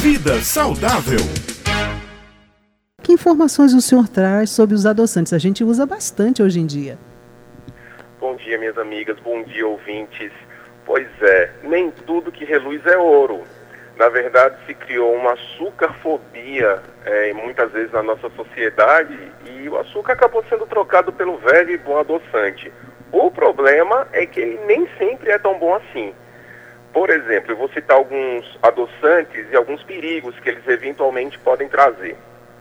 Vida saudável. Que informações o senhor traz sobre os adoçantes? A gente usa bastante hoje em dia. Bom dia, minhas amigas, bom dia, ouvintes. Pois é, nem tudo que reluz é ouro. Na verdade, se criou uma açúcarfobia muitas vezes na nossa sociedade e o açúcar acabou sendo trocado pelo velho e bom adoçante. O problema é que ele nem sempre é tão bom assim. Por exemplo, eu vou citar alguns adoçantes e alguns perigos que eles eventualmente podem trazer.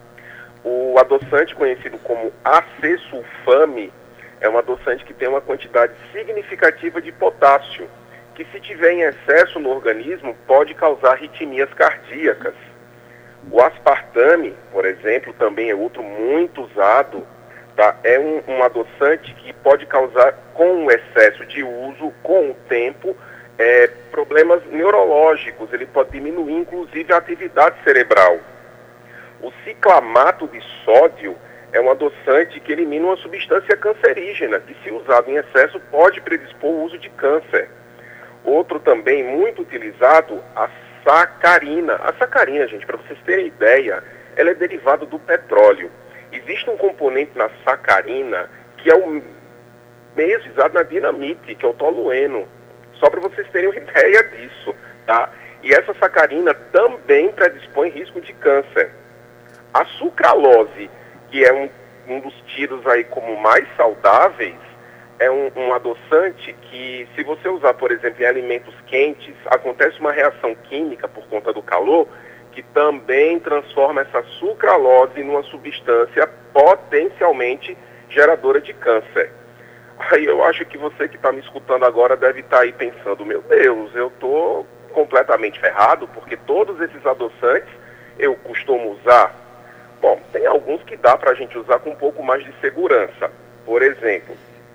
O adoçante conhecido como acesulfame é um adoçante que tem uma quantidade significativa de potássio, que se tiver em excesso no organismo pode causar arritmias cardíacas. O aspartame, por exemplo, também é outro muito usado, tá? É um adoçante que pode causar, com o excesso de uso, com o tempo, problemas neurológicos. Ele pode diminuir, inclusive, a atividade cerebral. O ciclamato de sódio é um adoçante que elimina uma substância cancerígena, que, se usado em excesso, pode predispor o uso de câncer. Outro também muito utilizado, a sacarina. A sacarina, gente, para vocês terem ideia, ela é derivada do petróleo. Existe um componente na sacarina que é o mesmo usado na dinamite, que é o tolueno. Só para vocês terem uma ideia disso, tá? E essa sacarina também predispõe risco de câncer. A sucralose, que é um dos tidos aí como mais saudáveis, é um adoçante que, se você usar, por exemplo, em alimentos quentes, acontece uma reação química por conta do calor, que também transforma essa sucralose numa substância potencialmente geradora de câncer. Aí eu acho que você que está me escutando agora deve estar aí pensando, meu Deus, eu estou completamente ferrado, porque todos esses adoçantes eu costumo usar. Bom, tem alguns que dá para a gente usar com um pouco mais de segurança. Por exemplo,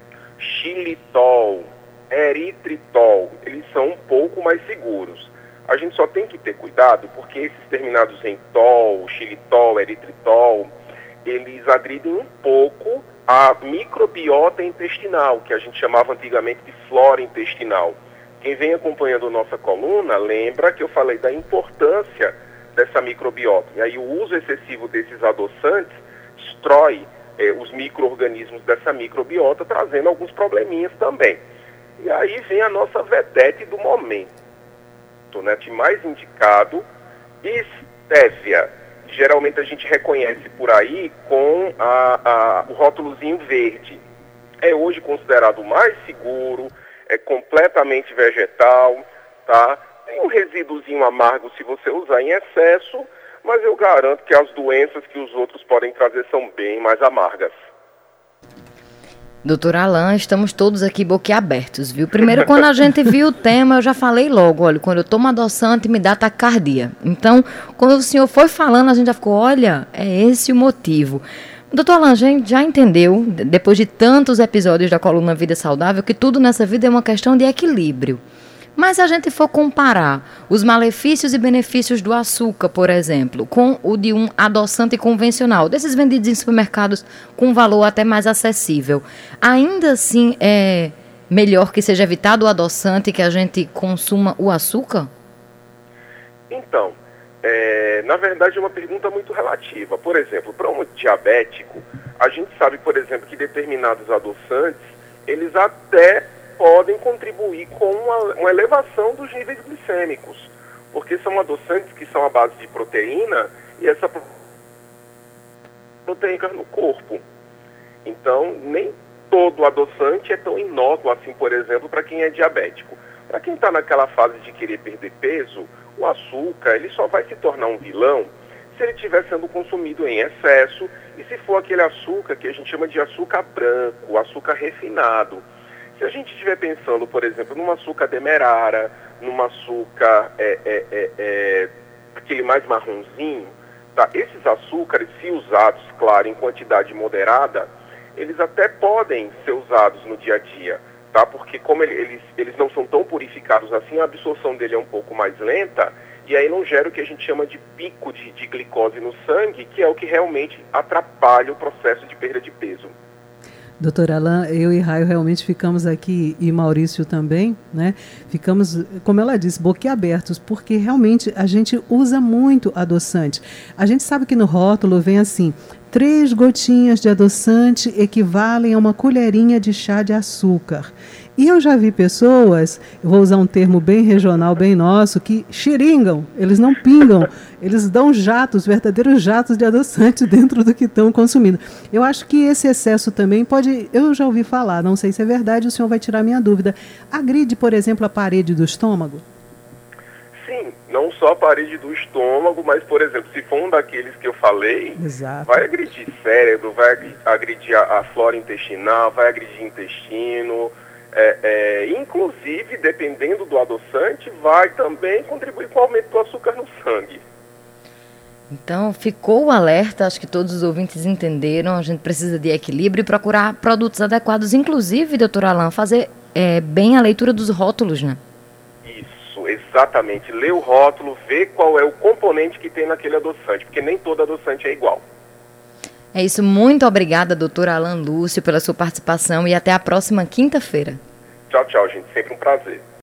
xilitol, eritritol, eles são um pouco mais seguros. A gente só tem que ter cuidado porque esses terminados em tol, xilitol, eritritol, eles agridem um pouco a microbiota intestinal, que a gente chamava antigamente de flora intestinal. Quem vem acompanhando nossa coluna lembra que eu falei da importância dessa microbiota. E aí o uso excessivo desses adoçantes destrói os micro-organismos dessa microbiota, trazendo alguns probleminhas também. E aí vem a nossa vedete do momento, né? De mais indicado, estévia. Geralmente a gente reconhece por aí com o rótulozinho verde. É hoje considerado o mais seguro, é completamente vegetal, tá? Tem um resíduozinho amargo se você usar em excesso, mas eu garanto que as doenças que os outros podem trazer são bem mais amargas. Doutor Alain, estamos todos aqui boquiabertos, viu? Primeiro, quando a gente viu o tema, eu já falei logo, olha, quando eu tomo adoçante me dá taquicardia. Então, quando o senhor foi falando, a gente já ficou, olha, é esse o motivo. Doutor Alain, a gente já entendeu, depois de tantos episódios da coluna Vida Saudável, que tudo nessa vida é uma questão de equilíbrio. Mas se a gente for comparar os malefícios e benefícios do açúcar, por exemplo, com o de um adoçante convencional, desses vendidos em supermercados com valor até mais acessível, ainda assim é melhor que seja evitado o adoçante e que a gente consuma o açúcar? Então, na verdade é uma pergunta muito relativa. Por exemplo, para um diabético, a gente sabe, por exemplo, que determinados adoçantes, eles até podem contribuir com uma elevação dos níveis glicêmicos, porque são adoçantes que são à base de proteína e essa proteína no corpo. Então, nem todo adoçante é tão inócuo assim, por exemplo, para quem é diabético. Para quem está naquela fase de querer perder peso, o açúcar ele só vai se tornar um vilão se ele estiver sendo consumido em excesso e se for aquele açúcar que a gente chama de açúcar branco, açúcar refinado. Se a gente estiver pensando, por exemplo, num açúcar demerara, num açúcar aquele mais marronzinho, tá? Esses açúcares, se usados, claro, em quantidade moderada, eles até podem ser usados no dia a dia, tá? Porque como eles não são tão purificados assim, a absorção dele é um pouco mais lenta, e aí não gera o que a gente chama de pico de glicose no sangue, que é o que realmente atrapalha o processo de perda de peso. Doutor Alain, eu e Raio realmente ficamos aqui, e Maurício também, né? Ficamos, como ela disse, boquiabertos, porque realmente a gente usa muito adoçante. A gente sabe que no rótulo vem assim, 3 gotinhas de adoçante equivalem a uma colherinha de chá de açúcar. E eu já vi pessoas, eu vou usar um termo bem regional, bem nosso, que xiringam, eles não pingam, eles dão jatos, verdadeiros jatos de adoçante dentro do que estão consumindo. Eu acho que esse excesso também pode, eu já ouvi falar, não sei se é verdade, o senhor vai tirar minha dúvida, agride, por exemplo, a parede do estômago? Sim, não só a parede do estômago, mas, por exemplo, se for um daqueles que eu falei, Exato. vai agredir cérebro, vai agredir a flora intestinal, vai agredir intestino, inclusive, dependendo do adoçante, vai também contribuir com o aumento do açúcar no sangue. Então, ficou o alerta, acho que todos os ouvintes entenderam, a gente precisa de equilíbrio e procurar produtos adequados, inclusive, doutor Alain, fazer bem a leitura dos rótulos, né? Isso, exatamente. Ler o rótulo, ver qual é o componente que tem naquele adoçante, porque nem todo adoçante é igual. É isso, muito obrigada, doutor Alain Lúcio, pela sua participação e até a próxima quinta-feira. Tchau, tchau, gente. Sempre um prazer.